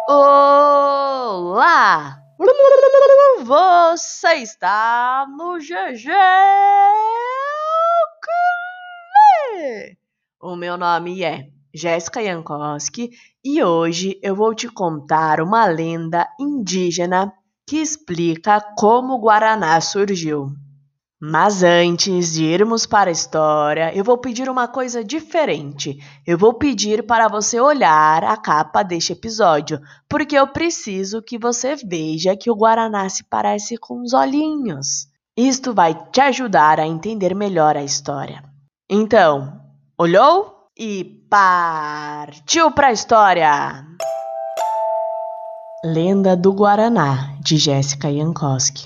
Olá! Você está no GG. O meu nome é Jéssica Jankowski e hoje eu vou te contar uma lenda indígena que explica como o Guaraná surgiu. Mas antes de irmos para a história, eu vou pedir uma coisa diferente. Eu vou pedir para você olhar a capa deste episódio, porque eu preciso que você veja que o Guaraná se parece com os olhinhos. Isto vai te ajudar a entender melhor a história. Então, olhou? E partiu para a história! Lenda do Guaraná, de Jéssica Jankowski.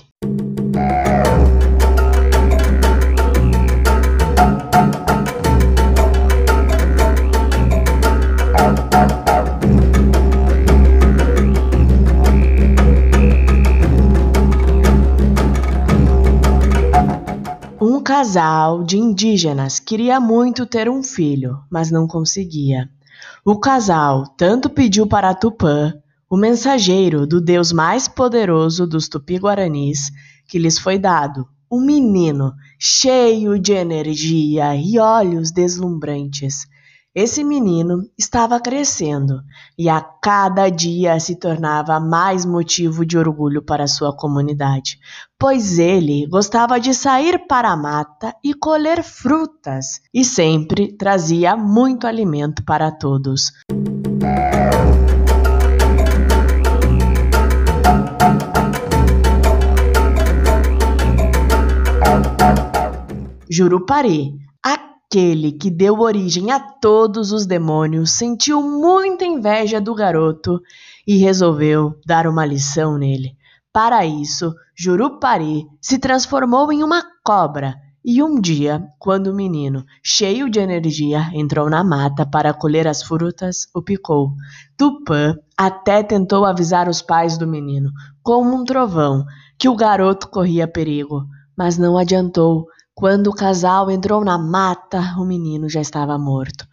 Um casal de indígenas queria muito ter um filho, mas não conseguia. O casal tanto pediu para Tupã, o mensageiro do deus mais poderoso dos Tupi-Guaranis, que lhes foi dado um menino cheio de energia e olhos deslumbrantes. Esse menino estava crescendo e a cada dia se tornava mais motivo de orgulho para sua comunidade, pois ele gostava de sair para a mata e colher frutas e sempre trazia muito alimento para todos. Jurupari, aquele que deu origem a todos os demônios, sentiu muita inveja do garoto e resolveu dar uma lição nele. Para isso, Jurupari se transformou em uma cobra e um dia, quando o menino, cheio de energia, entrou na mata para colher as frutas, o picou. Tupã até tentou avisar os pais do menino, como um trovão, que o garoto corria perigo, mas não adiantou. Quando o casal entrou na mata, o menino já estava morto.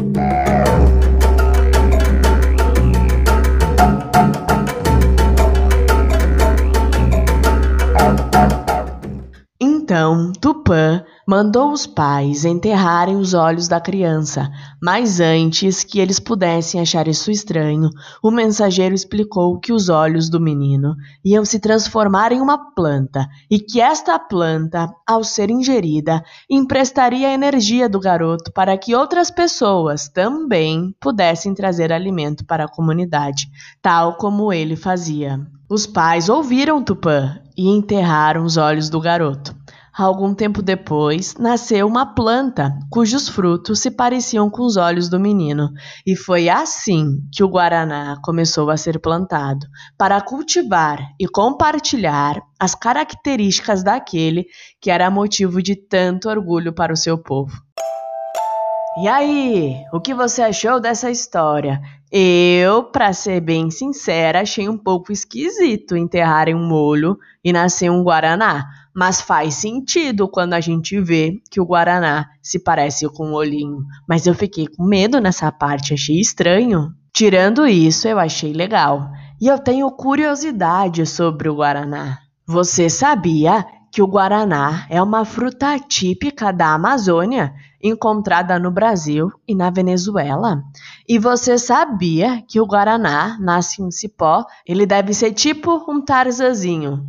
Então, Tupã mandou os pais enterrarem os olhos da criança, mas antes que eles pudessem achar isso estranho, o mensageiro explicou que os olhos do menino iam se transformar em uma planta e que esta planta, ao ser ingerida, emprestaria a energia do garoto para que outras pessoas também pudessem trazer alimento para a comunidade, tal como ele fazia. Os pais ouviram Tupã e enterraram os olhos do garoto. Algum tempo depois, nasceu uma planta cujos frutos se pareciam com os olhos do menino, e foi assim que o Guaraná começou a ser plantado, para cultivar e compartilhar as características daquele que era motivo de tanto orgulho para o seu povo. E aí, o que você achou dessa história? Eu, pra ser bem sincera, achei um pouco esquisito enterrarem um molho e nascer um Guaraná, mas faz sentido quando a gente vê que o Guaraná se parece com um olhinho. Mas eu fiquei com medo nessa parte, achei estranho. Tirando isso, eu achei legal. E eu tenho curiosidade sobre o Guaraná. Você sabia que o Guaraná é uma fruta típica da Amazônia, encontrada no Brasil e na Venezuela? E você sabia que o Guaraná nasce em cipó? Ele deve ser tipo um Tarzanzinho.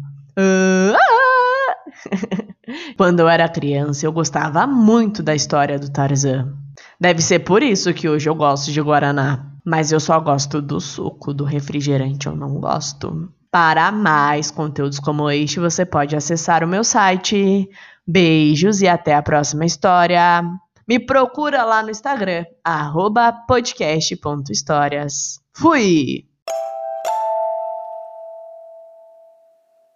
Quando eu era criança, eu gostava muito da história do Tarzan. Deve ser por isso que hoje eu gosto de Guaraná. Mas eu só gosto do suco, do refrigerante eu não gosto. Para mais conteúdos como este, você pode acessar o meu site. Beijos e até a próxima história. Me procura lá no Instagram, @podcast.histórias. Fui!